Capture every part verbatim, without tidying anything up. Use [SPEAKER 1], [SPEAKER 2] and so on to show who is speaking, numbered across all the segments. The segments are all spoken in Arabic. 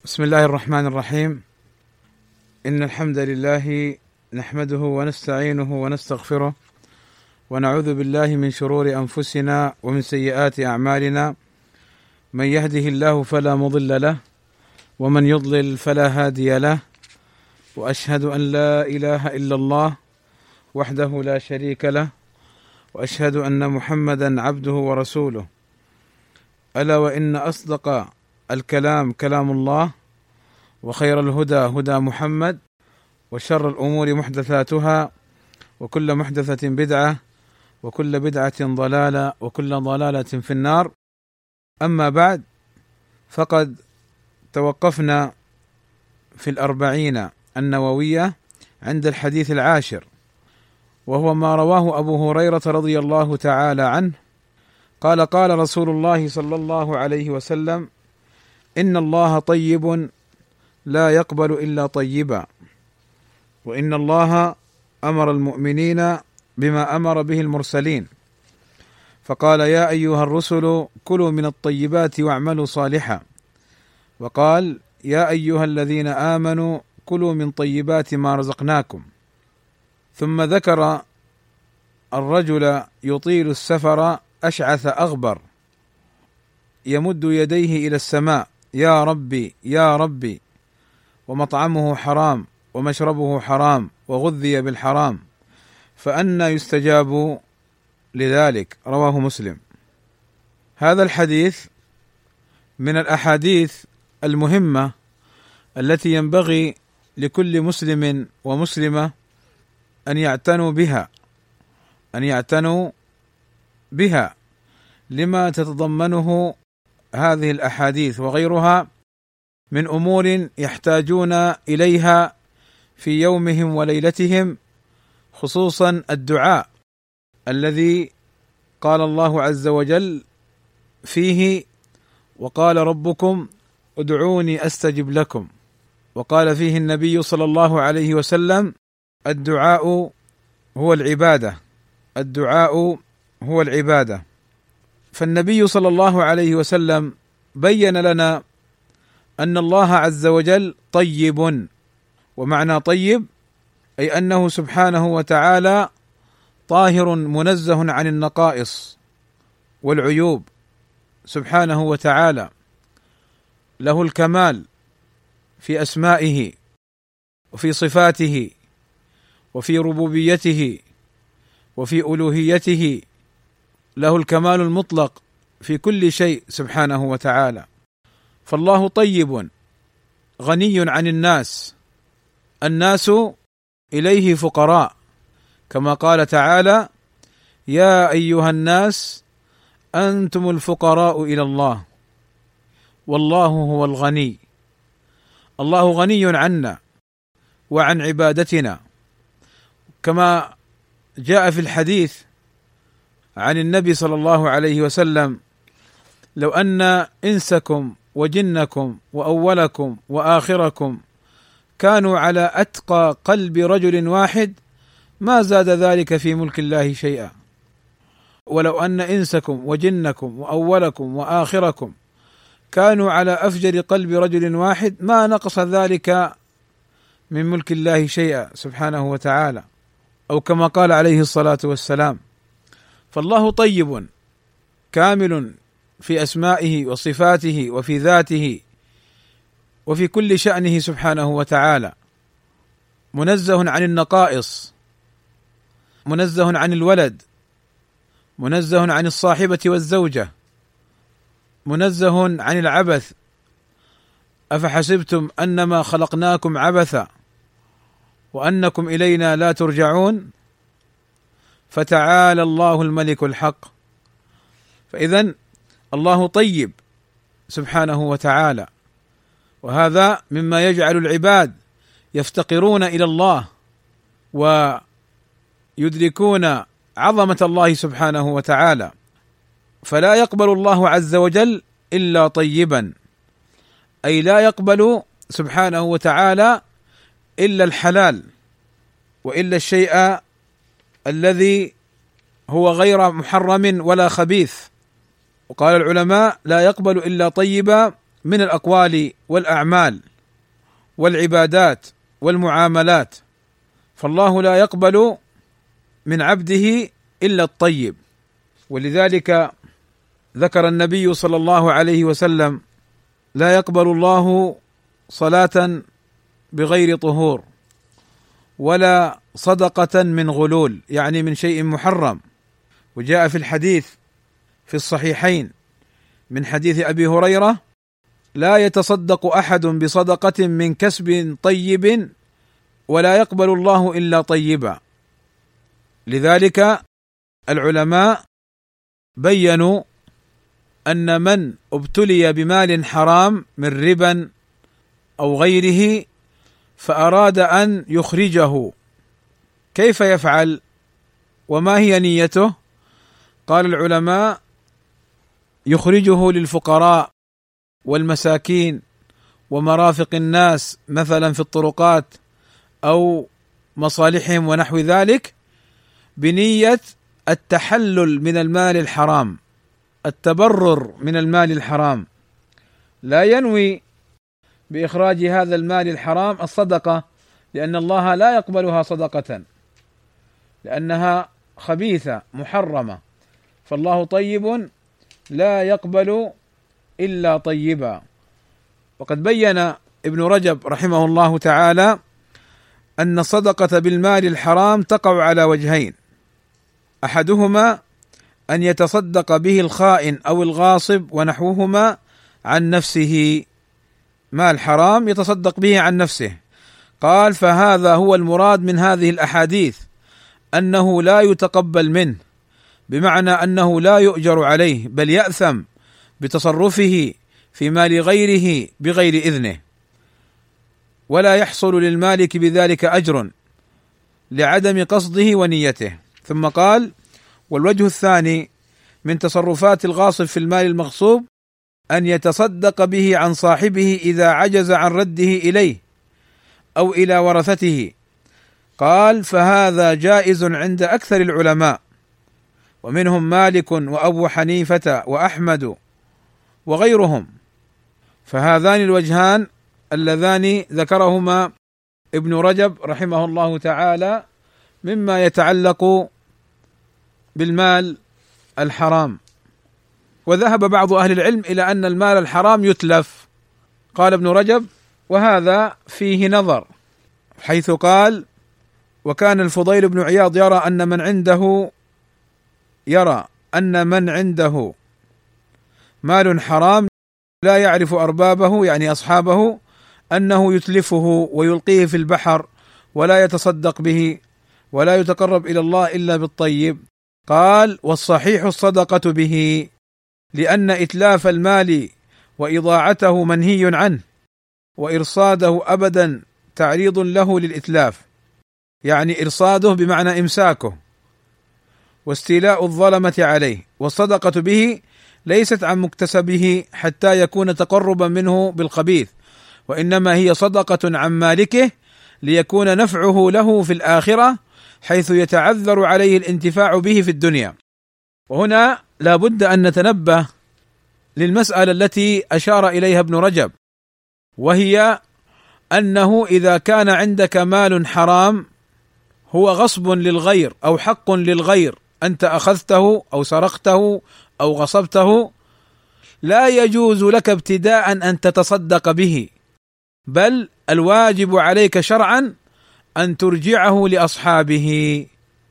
[SPEAKER 1] بسم الله الرحمن الرحيم. إن الحمد لله نحمده ونستعينه ونستغفره ونعوذ بالله من شرور أنفسنا ومن سيئات أعمالنا، من يهده الله فلا مضل له ومن يضلل فلا هادي له، وأشهد أن لا إله إلا الله وحده لا شريك له، وأشهد أن محمدا عبده ورسوله. ألا وإن أصدق الكلام كلام الله، وخير الهدى هدى محمد، وشر الأمور محدثاتها، وكل محدثة بدعة، وكل بدعة ضلالة، وكل ضلالة في النار. أما بعد، فقد توقفنا في الأربعين النووية عند الحديث العاشر، وهو ما رواه أبو هريرة رضي الله تعالى عنه قال: قال رسول الله صلى الله عليه وسلم: إن الله طيب لا يقبل إلا طيبا، وإن الله أمر المؤمنين بما أمر به المرسلين، فقال: يا أيها الرسل كلوا من الطيبات واعملوا صالحا، وقال: يا أيها الذين آمنوا كلوا من طيبات ما رزقناكم. ثم ذكر الرجل يطيل السفر أشعث أغبر يمد يديه إلى السماء: يا ربي يا ربي، ومطعمه حرام ومشربه حرام وغذي بالحرام، فأنى يستجاب لذلك؟ رواه مسلم. هذا الحديث من الأحاديث المهمة التي ينبغي لكل مسلم ومسلمة أن يعتنوا بها أن يعتنوا بها لما تتضمنه هذه الأحاديث وغيرها من أمور يحتاجون إليها في يومهم وليلتهم، خصوصا الدعاء الذي قال الله عز وجل فيه: وقال ربكم ادعوني أستجب لكم. وقال فيه النبي صلى الله عليه وسلم: الدعاء هو العبادة الدعاء هو العبادة. فالنبي صلى الله عليه وسلم بين لنا أن الله عز وجل طيب، ومعنى طيب أي أنه سبحانه وتعالى طاهر منزه عن النقائص والعيوب، سبحانه وتعالى له الكمال في أسمائه وفي صفاته وفي ربوبيته وفي ألوهيته، له الكمال المطلق في كل شيء سبحانه وتعالى. فالله طيب غني عن الناس، الناس إليه فقراء، كما قال تعالى: يا أيها الناس أنتم الفقراء إلى الله والله هو الغني. الله غني عنا وعن عبادتنا، كما جاء في الحديث عن النبي صلى الله عليه وسلم: لو أن إنسكم وجنكم وأولكم وآخركم كانوا على أتقى قلب رجل واحد ما زاد ذلك في ملك الله شيئا، ولو أن إنسكم وجنكم وأولكم وآخركم كانوا على أفجر قلب رجل واحد ما نقص ذلك من ملك الله شيئا سبحانه وتعالى، أو كما قال عليه الصلاة والسلام. فالله طيب كامل في أسمائه وصفاته وفي ذاته وفي كل شأنه سبحانه وتعالى، منزه عن النقائص، منزه عن الولد، منزه عن الصاحبة والزوجة، منزه عن العبث. أفحسبتم أنما خلقناكم عبثا وأنكم إلينا لا ترجعون، فتعالى الله الملك الحق. فإذن الله طيب سبحانه وتعالى، وهذا مما يجعل العباد يفتقرون إلى الله ويدركون عظمة الله سبحانه وتعالى، فلا يقبل الله عز وجل إلا طيبا، أي لا يقبل سبحانه وتعالى إلا الحلال وإلا الشيء الذي هو غير محرم ولا خبيث. وقال العلماء: لا يقبل إلا طيبا من الأقوال والأعمال والعبادات والمعاملات، فالله لا يقبل من عبده إلا الطيب. ولذلك ذكر النبي صلى الله عليه وسلم: لا يقبل الله صلاة بغير طهور، ولا صدقة من غلول، يعني من شيء محرم. وجاء في الحديث في الصحيحين من حديث أبي هريرة: لا يتصدق أحد بصدقة من كسب طيب ولا يقبل الله إلا طيبا. لذلك العلماء بينوا أن من ابتلي بمال حرام من ربا أو غيره فأراد أن يخرجه، كيف يفعل وما هي نيته؟ قال العلماء: يخرجه للفقراء والمساكين ومرافق الناس مثلا في الطرقات أو مصالحهم ونحو ذلك، بنية التحلل من المال الحرام، التبرر من المال الحرام، لا ينوي بإخراج هذا المال الحرام الصدقة، لأن الله لا يقبلها صدقة، لأنها خبيثة محرمة، فالله طيب لا يقبل إلا طيبا. وقد بين ابن رجب رحمه الله تعالى أن الصدقة بالمال الحرام تقع على وجهين: أحدهما أن يتصدق به الخائن أو الغاصب ونحوهما عن نفسه، مال حرام يتصدق به عن نفسه. قال: فهذا هو المراد من هذه الأحاديث، أنه لا يتقبل منه، بمعنى أنه لا يؤجر عليه، بل يأثم بتصرفه في مال غيره بغير إذنه، ولا يحصل للمالك بذلك أجر لعدم قصده ونيته. ثم قال: والوجه الثاني من تصرفات الغاصب في المال المغصوب أن يتصدق به عن صاحبه إذا عجز عن رده إليه أو إلى ورثته. قال: فهذا جائز عند أكثر العلماء، ومنهم مالك وأبو حنيفة وأحمد وغيرهم. فهذان الوجهان اللذان ذكرهما ابن رجب رحمه الله تعالى مما يتعلق بالمال الحرام. وذهب بعض أهل العلم إلى أن المال الحرام يتلف. قال ابن رجب: وهذا فيه نظر، حيث قال: وكان الفضيل بن عياض يرى أن من عنده يرى أن من عنده مال حرام لا يعرف أربابه، يعني أصحابه، أنه يتلفه ويلقيه في البحر ولا يتصدق به ولا يتقرب إلى الله إلا بالطيب. قال: والصحيح الصدقة به، لأن إتلاف المال وإضاعته منهي عنه، وإرصاده أبدا تعريض له للإتلاف، يعني إرصاده بمعنى إمساكه واستيلاء الظلمة عليه. والصدقة به ليست عن مكتسبه حتى يكون تقربا منه بالخبيث، وإنما هي صدقة عن مالكه ليكون نفعه له في الآخرة، حيث يتعذر عليه الانتفاع به في الدنيا. وهنا لا بد أن نتنبه للمسألة التي أشار إليها ابن رجب، وهي أنه إذا كان عندك مال حرام هو غصب للغير أو حق للغير، أنت أخذته أو سرقته أو غصبته، لا يجوز لك ابتداء أن تتصدق به، بل الواجب عليك شرعا أن ترجعه لأصحابه،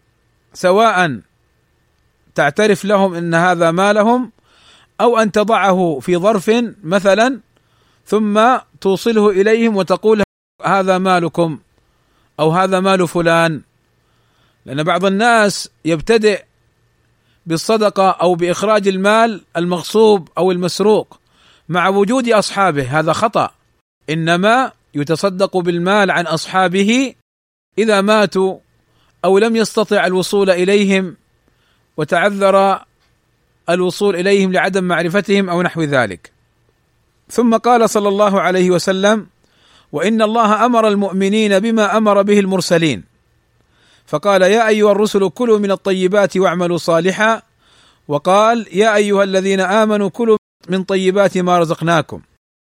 [SPEAKER 1] سواء تعترف لهم أن هذا مالهم، أو أن تضعه في ظرف مثلا ثم توصله إليهم وتقول: هذا مالكم أو هذا مال فلان. لأن بعض الناس يبتدئ بالصدقة أو بإخراج المال المغصوب أو المسروق مع وجود أصحابه، هذا خطأ. إنما يتصدق بالمال عن أصحابه إذا ماتوا أو لم يستطع الوصول إليهم وتعذر الوصول إليهم لعدم معرفتهم أو نحو ذلك. ثم قال صلى الله عليه وسلم: وإن الله أمر المؤمنين بما أمر به المرسلين، فقال: يا أيها الرسل كلوا من الطيبات واعملوا صالحا، وقال: يا أيها الذين آمنوا كلوا من طيبات ما رزقناكم.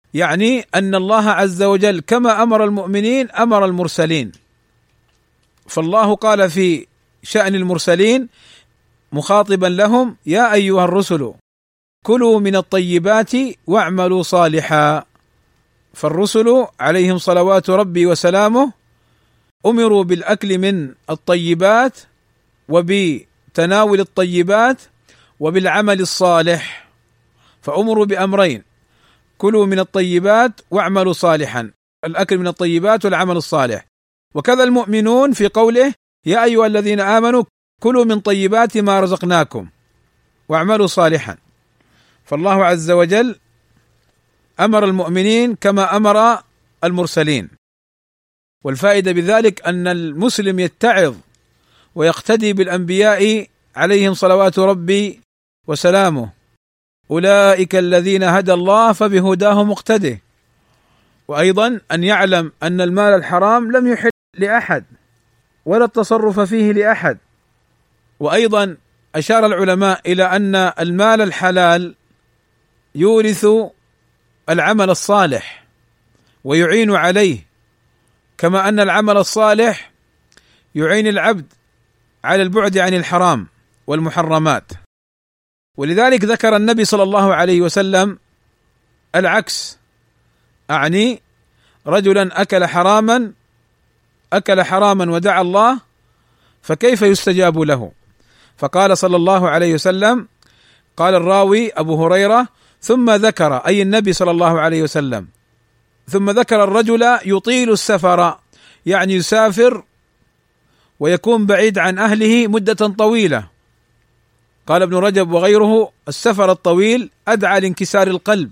[SPEAKER 1] يعني أن الله عز وجل كما أمر المؤمنين أمر المرسلين. فالله قال في شأن المرسلين مخاطبا لهم: يا أيها الرسل كلوا من الطيبات واعملوا صالحا. فالرسل عليهم صلوات ربي وسلامه أمروا بالأكل من الطيبات وبتناول الطيبات وبالعمل الصالح، فأمروا بأمرين: كلوا من الطيبات واعملوا صالحا، الأكل من الطيبات والعمل الصالح. وكذا المؤمنون في قوله: يا أيها الذين آمنوا كلوا من طيبات ما رزقناكم واعملوا صالحا. فالله عز وجل أمر المؤمنين كما أمر المرسلين. والفائدة بذلك أن المسلم يتعظ ويقتدي بالأنبياء عليهم صلوات ربي وسلامه: أولئك الذين هدى الله فبهداه مقتده. وأيضا أن يعلم أن المال الحرام لم يحل لأحد ولا التصرف فيه لأحد. وأيضا أشار العلماء إلى أن المال الحلال يورث العمل الصالح ويعين عليه، كما أن العمل الصالح يعين العبد على البعد عن الحرام والمحرمات. ولذلك ذكر النبي صلى الله عليه وسلم العكس، أعني رجلا أكل حراما أكل حراما ودعا الله فكيف يستجاب له؟ فقال صلى الله عليه وسلم، قال الراوي أبو هريرة: ثم ذكر، أي النبي صلى الله عليه وسلم، ثم ذكر الرجل يطيل السفر، يعني يسافر ويكون بعيد عن أهله مدة طويلة. قال ابن رجب وغيره: السفر الطويل أدعى لانكسار القلب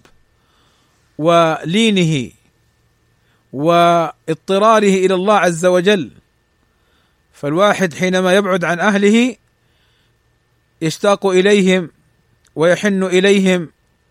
[SPEAKER 1] ولينه واضطراره إلى الله عز وجل. فالواحد حينما يبعد عن أهله يشتاق إليهم ويحن إليهم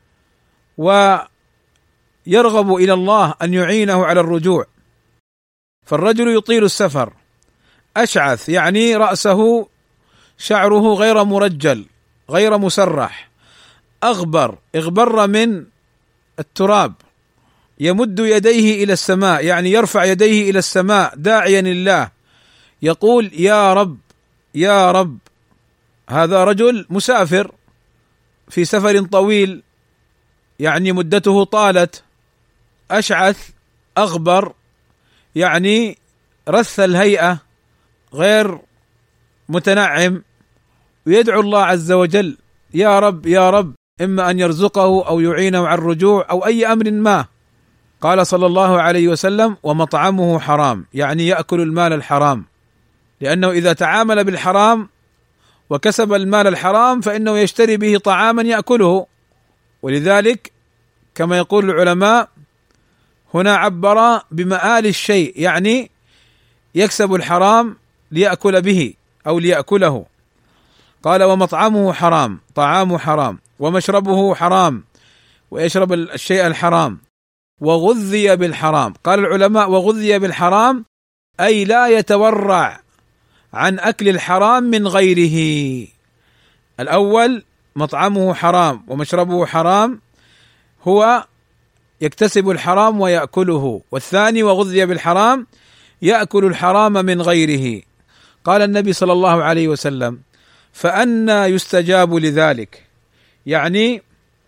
[SPEAKER 1] ويرغب إلى الله أن يعينه على الرجوع. فالرجل يطيل السفر، أشعث يعني رأسه شعره غير مرجل غير مسرح، أغبر اغبر من التراب، يمد يديه إلى السماء، يعني يرفع يديه إلى السماء داعيا لله، يقول: يا رب يا رب. هذا رجل مسافر في سفر طويل، يعني مدته طالت، أشعث أغبر، يعني رث الهيئة غير متنعم، ويدعو الله عز وجل: يا رب يا رب، إما أن يرزقه أو يعينه على الرجوع أو أي أمر ما. قال صلى الله عليه وسلم: ومطعمه حرام، يعني يأكل المال الحرام، لأنه إذا تعامل بالحرام وكسب المال الحرام فإنه يشتري به طعاما يأكله. ولذلك كما يقول العلماء هنا عبر بمآل الشيء، يعني يكسب الحرام ليأكل به أو ليأكله. قال: ومطعمه حرام، طعامه حرام، ومشربه حرام، ويشرب الشيء الحرام، وغذي بالحرام. قال العلماء: وغذي بالحرام أي لا يتورع عن أكل الحرام من غيره. الأول مطعمه حرام ومشربه حرام، هو يكتسب الحرام ويأكله. والثاني وغذي بالحرام يأكل الحرام من غيره. قال النبي صلى الله عليه وسلم: فأنى يستجاب لذلك، يعني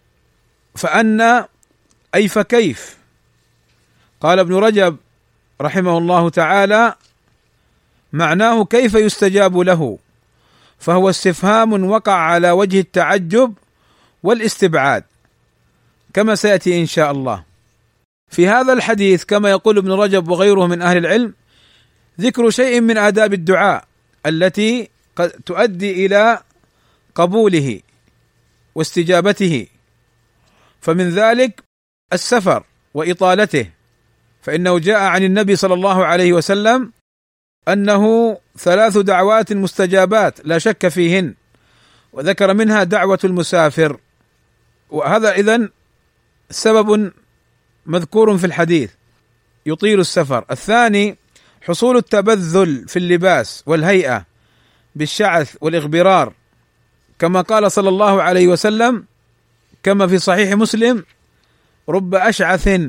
[SPEAKER 1] فأنى أي فكيف. قال ابن رجب رحمه الله تعالى: معناه كيف يستجاب له، فهو استفهام وقع على وجه التعجب والاستبعاد كما سيأتي إن شاء الله. في هذا الحديث كما يقول ابن رجب وغيره من أهل العلم ذكر شيء من آداب الدعاء التي قد تؤدي إلى قبوله واستجابته، فمن ذلك السفر وإطالته، فإنه جاء عن النبي صلى الله عليه وسلم أنه ثلاث دعوات مستجابات لا شك فيهن، وذكر منها دعوة المسافر، وهذا إذن سبب مذكور في الحديث يطيل السفر. الثاني حصول التبذل في اللباس والهيئة بالشعث والإغبرار، كما قال صلى الله عليه وسلم كما في صحيح مسلم: رب أشعث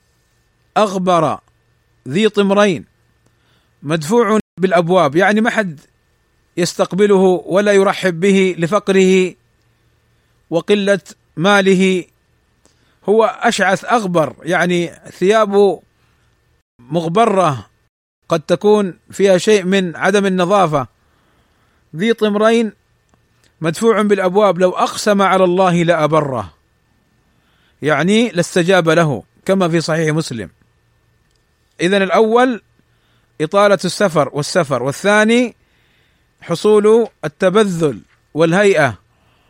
[SPEAKER 1] أغبر ذي طمرين مدفوع بالأبواب، يعني ما حد يستقبله ولا يرحب به لفقره وقلة ماله. هو أشعث أغبر، يعني ثيابه مغبرة قد تكون فيها شيء من عدم النظافة. ذي طمرين مدفوع بالأبواب، لو أقسم على الله لأبره، يعني لاستجاب له كما في صحيح مسلم. إذن الأول إطالة السفر والسفر، والثاني حصول التبذل والهيئة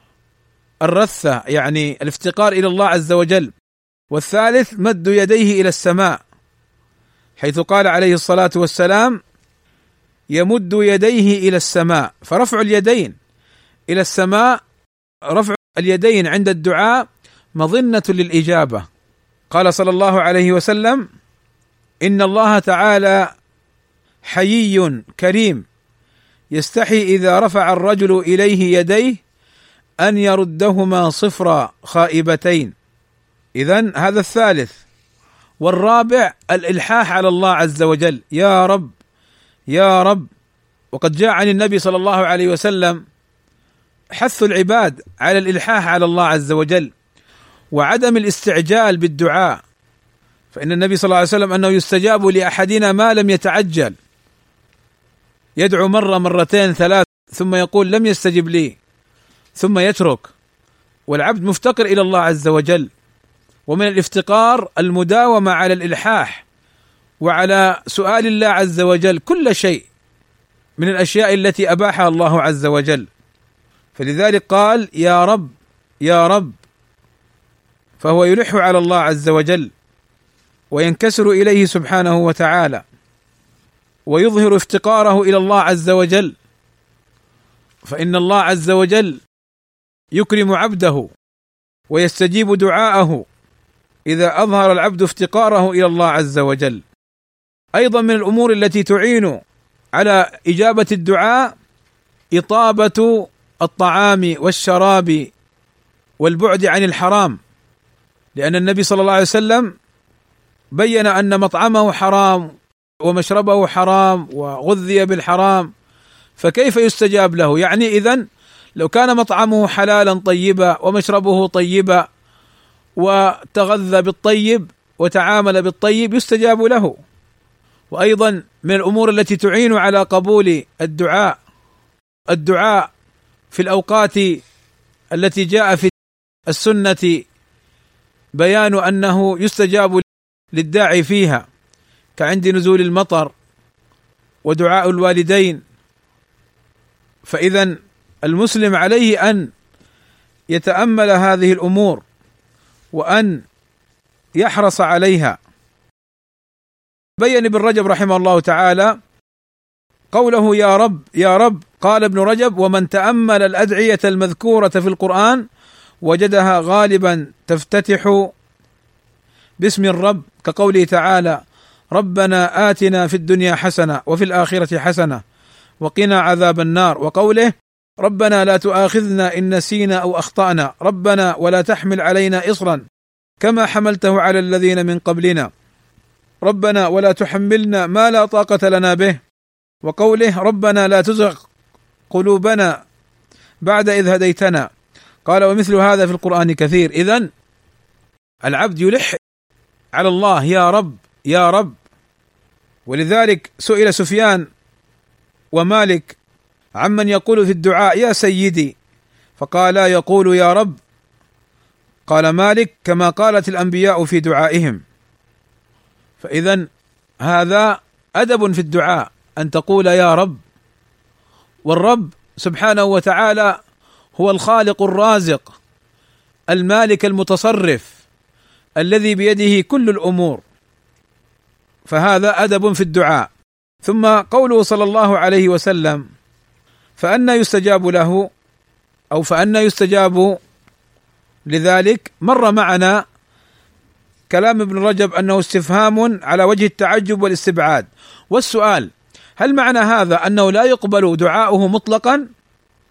[SPEAKER 1] الرثة، يعني الافتقار إلى الله عز وجل، والثالث مد يديه إلى السماء، حيث قال عليه الصلاة والسلام يمد يديه إلى السماء. فرفع اليدين إلى السماء، رفع اليدين عند الدعاء مظنة للإجابة. قال صلى الله عليه وسلم إن الله تعالى حيي كريم يستحي إذا رفع الرجل إليه يديه أن يردهما صفرا خائبتين. إذن هذا الثالث. والرابع الإلحاح على الله عز وجل، يا رب يا رب. وقد جاء عن النبي صلى الله عليه وسلم حث العباد على الإلحاح على الله عز وجل وعدم الاستعجال بالدعاء، فإن النبي صلى الله عليه وسلم أنه يستجاب لأحدنا ما لم يتعجل، يدعو مرة مرتين ثلاث ثم يقول لم يستجب لي ثم يترك، والعبد مفتقر إلى الله عز وجل. ومن الافتقار المداومة على الإلحاح وعلى سؤال الله عز وجل كل شيء من الأشياء التي أباحها الله عز وجل. فلذلك قال يا رب يا رب، فهو يلح على الله عز وجل وينكسر إليه سبحانه وتعالى ويظهر افتقاره إلى الله عز وجل، فإن الله عز وجل يكرم عبده ويستجيب دعاءه إذا أظهر العبد افتقاره إلى الله عز وجل. أيضا من الأمور التي تعين على إجابة الدعاء إطابة الطعام والشراب والبعد عن الحرام، لأن النبي صلى الله عليه وسلم بين أن مطعمه حرام ومشربه حرام وغذي بالحرام، فكيف يستجاب له؟ يعني إذن لو كان مطعمه حلالا طيبا ومشربه طيبا وتغذى بالطيب وتعامل بالطيب يستجاب له. وأيضا من الأمور التي تعين على قبول الدعاء الدعاء في الأوقات التي جاء في السنة بيان أنه يستجاب للداعي فيها، كعند نزول المطر ودعاء الوالدين. فإذا المسلم عليه أن يتأمل هذه الأمور وأن يحرص عليها. بين ابن رجب رحمه الله تعالى قوله يا رب يا رب، قال ابن رجب ومن تأمل الأدعية المذكورة في القرآن وجدها غالبا تفتتح باسم الرب، كقوله تعالى ربنا آتنا في الدنيا حسنة وفي الآخرة حسنة وقنا عذاب النار، وقوله ربنا لا تؤاخذنا إن نسينا أو أخطأنا، ربنا ولا تحمل علينا إصرا كما حملته على الذين من قبلنا، ربنا ولا تحملنا ما لا طاقة لنا به، وقوله ربنا لا تزغ قلوبنا بعد إذ هديتنا. قال ومثل هذا في القرآن كثير. إذن العبد يلح على الله يا رب يا رب. ولذلك سئل سفيان ومالك عمن يقول في الدعاء يا سيدي، فقالا يقول يا رب. قال مالك كما قالت الأنبياء في دعائهم. فإذا هذا أدب في الدعاء أن تقول يا رب. والرب سبحانه وتعالى هو الخالق الرازق المالك المتصرف الذي بيده كل الأمور، فهذا أدب في الدعاء. ثم قوله صلى الله عليه وسلم فأنى يستجاب له أو فأنى يستجاب لذلك، مر معنا كلام ابن رجب أنه استفهام على وجه التعجب والاستبعاد. والسؤال هل معنى هذا أنه لا يقبل دعاؤه مطلقا؟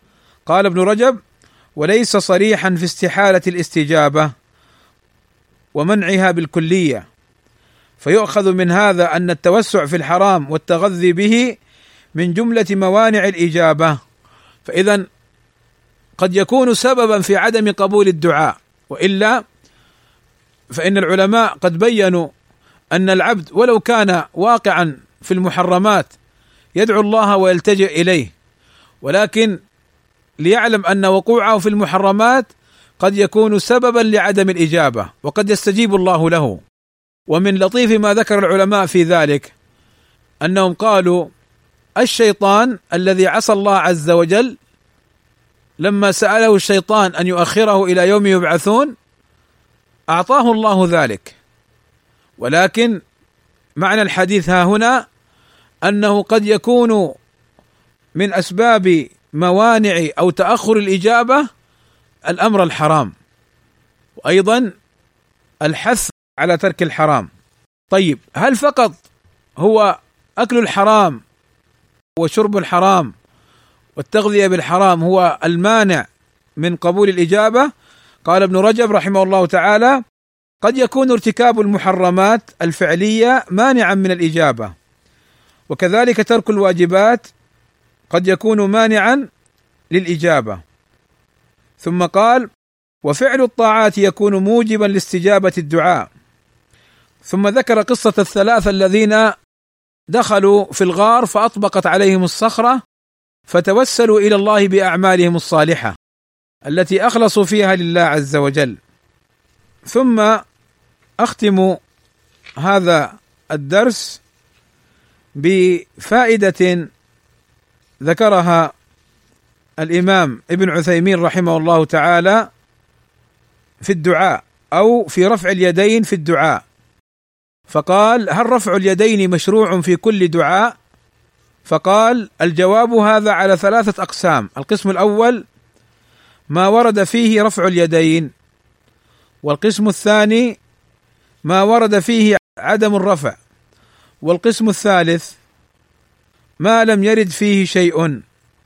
[SPEAKER 1] قال ابن رجب وليس صريحا في استحالة الاستجابة، ومنعها بالكلية، فيؤخذ من هذا أن التوسع في الحرام والتغذي به من جملة موانع الإجابة، فإذا قد يكون سببا في عدم قبول الدعاء، وإلا فإن العلماء قد بينوا أن العبد ولو كان واقعا في المحرمات يدعو الله ويلتجئ إليه، ولكن ليعلم أن وقوعه في المحرمات قد يكون سببا لعدم الإجابة، وقد يستجيب الله له. ومن لطيف ما ذكر العلماء في ذلك أنهم قالوا الشيطان الذي عصى الله عز وجل لما سأله الشيطان أن يؤخره إلى يوم يبعثون أعطاه الله ذلك، ولكن معنى الحديث ها هنا أنه قد يكون من أسباب موانع أو تأخر الإجابة الأمر الحرام، وأيضا الحث على ترك الحرام. طيب، هل فقط هو أكل الحرام وشرب الحرام والتغذية بالحرام هو المانع من قبول الإجابة؟ قال ابن رجب رحمه الله تعالى: قد يكون ارتكاب المحرمات الفعلية مانعا من الإجابة، وكذلك ترك الواجبات قد يكون مانعا للإجابة. ثم قال: وفعل الطاعات يكون موجبا لاستجابة الدعاء. ثم ذكر قصة الثلاثة الذين دخلوا في الغار فأطبقت عليهم الصخرة فتوسلوا إلى الله بأعمالهم الصالحة التي أخلصوا فيها لله عز وجل. ثم أختم هذا الدرس بفائدة ذكرها الإمام ابن عثيمين رحمه الله تعالى في الدعاء أو في رفع اليدين في الدعاء، فقال: هل رفع اليدين مشروع في كل دعاء؟ فقال: الجواب هذا على ثلاثة أقسام. القسم الأول ما ورد فيه رفع اليدين، والقسم الثاني ما ورد فيه عدم الرفع، والقسم الثالث ما لم يرد فيه شيء.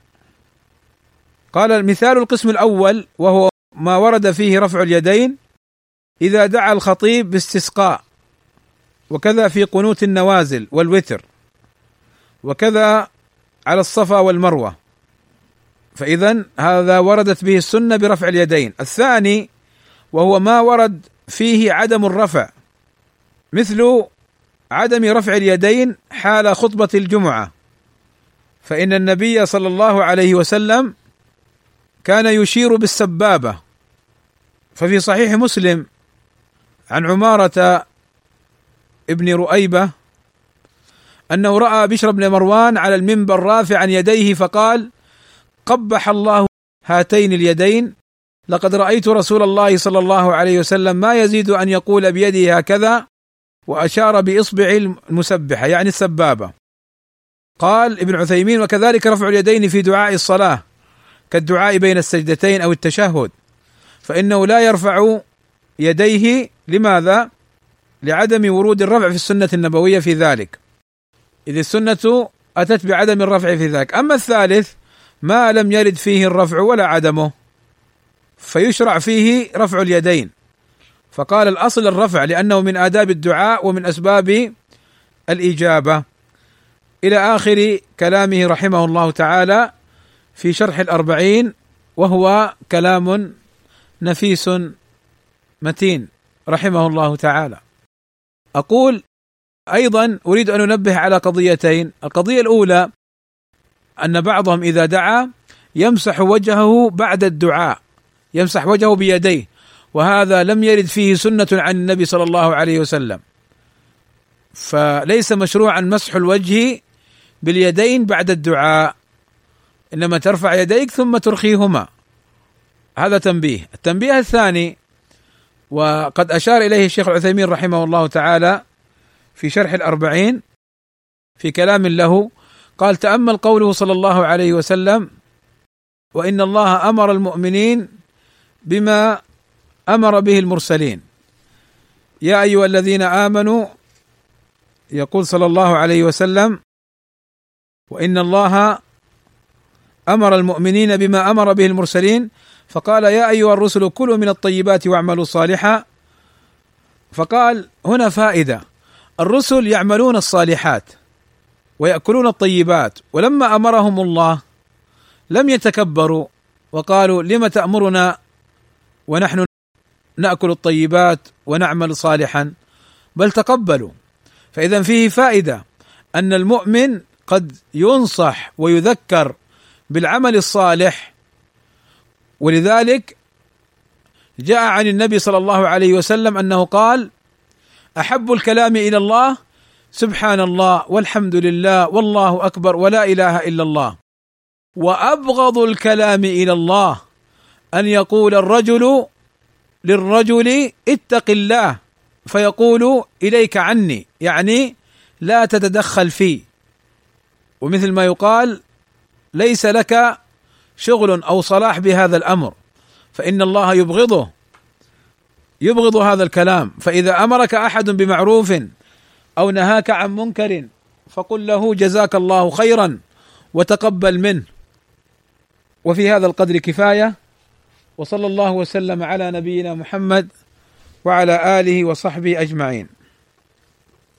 [SPEAKER 1] قال: مثال القسم الأول وهو ما ورد فيه رفع اليدين إذا دعا الخطيب باستسقاء، وكذا في قنوت النوازل والوتر، وكذا على الصفا والمروة، فإذا هذا وردت به السنة برفع اليدين. الثاني وهو ما ورد فيه عدم الرفع، مثل عدم رفع اليدين حال خطبة الجمعة، فإن النبي صلى الله عليه وسلم كان يشير بالسبابة، ففي صحيح مسلم عن عمارة ابن رؤيبة أنه رأى بشر بن مروان على المنبر رافعا يديه فقال: قبح الله هاتين اليدين، لقد رأيت رسول الله صلى الله عليه وسلم ما يزيد أن يقول بيده هكذا، وأشار بإصبع المسبحة يعني السبابة. قال ابن عثيمين: وكذلك رفع اليدين في دعاء الصلاة كالدعاء بين السجدتين أو التشهد، فإنه لا يرفع يديه. لماذا؟ لعدم ورود الرفع في السنة النبوية في ذلك، إذ السنة أتت بعدم الرفع في ذلك. أما الثالث ما لم يرد فيه الرفع ولا عدمه فيشرع فيه رفع اليدين، فقال الأصل الرفع لأنه من آداب الدعاء ومن أسباب الإجابة، إلى آخر كلامه رحمه الله تعالى في شرح الأربعين، وهو كلام نفيس متين رحمه الله تعالى. أقول أيضا أريد أن أنبه على قضيتين. القضية الأولى أن بعضهم إذا دعا يمسح وجهه بعد الدعاء، يمسح وجهه بيديه، وهذا لم يرد فيه سنة عن النبي صلى الله عليه وسلم، فليس مشروعا مسح الوجه باليدين بعد الدعاء، إنما ترفع يديك ثم ترخيهما. هذا تنبيه. التنبيه الثاني وقد أشار إليه الشيخ العثيمين رحمه الله تعالى في شرح الأربعين في كلام له، قال: تأمل قوله صلى الله عليه وسلم: وإن الله أمر المؤمنين بما أمر به المرسلين، يا أيها الذين آمنوا، يقول صلى الله عليه وسلم: وإن الله أمر المؤمنين بما أمر به المرسلين، فقال: يا أيها الرسل كلوا من الطيبات واعملوا صالحا، فقال هنا فائدة: الرسل يعملون الصالحات ويأكلون الطيبات، ولما أمرهم الله لم يتكبروا وقالوا لم تأمرنا ونحن نأكل الطيبات ونعمل صالحا، بل تقبلوا. فإذا فيه فائدة أن المؤمن قد ينصح ويذكر بالعمل الصالح، ولذلك جاء عن النبي صلى الله عليه وسلم أنه قال: أحب الكلام إلى الله سبحان الله والحمد لله والله أكبر ولا إله إلا الله، وأبغض الكلام إلى الله أن يقول الرجل للرجل اتق الله فيقول إليك عني، يعني لا تتدخل فيه، ومثل ما يقال ليس لك شغل أو صلاح بهذا الأمر، فإن الله يبغضه يبغض هذا الكلام. فإذا أمرك أحد بمعروف أو نهاك عن منكر فقل له جزاك الله خيرا وتقبل منه. وفي هذا القدر كفاية، وصلى الله وسلم على نبينا محمد وعلى آله وصحبه أجمعين.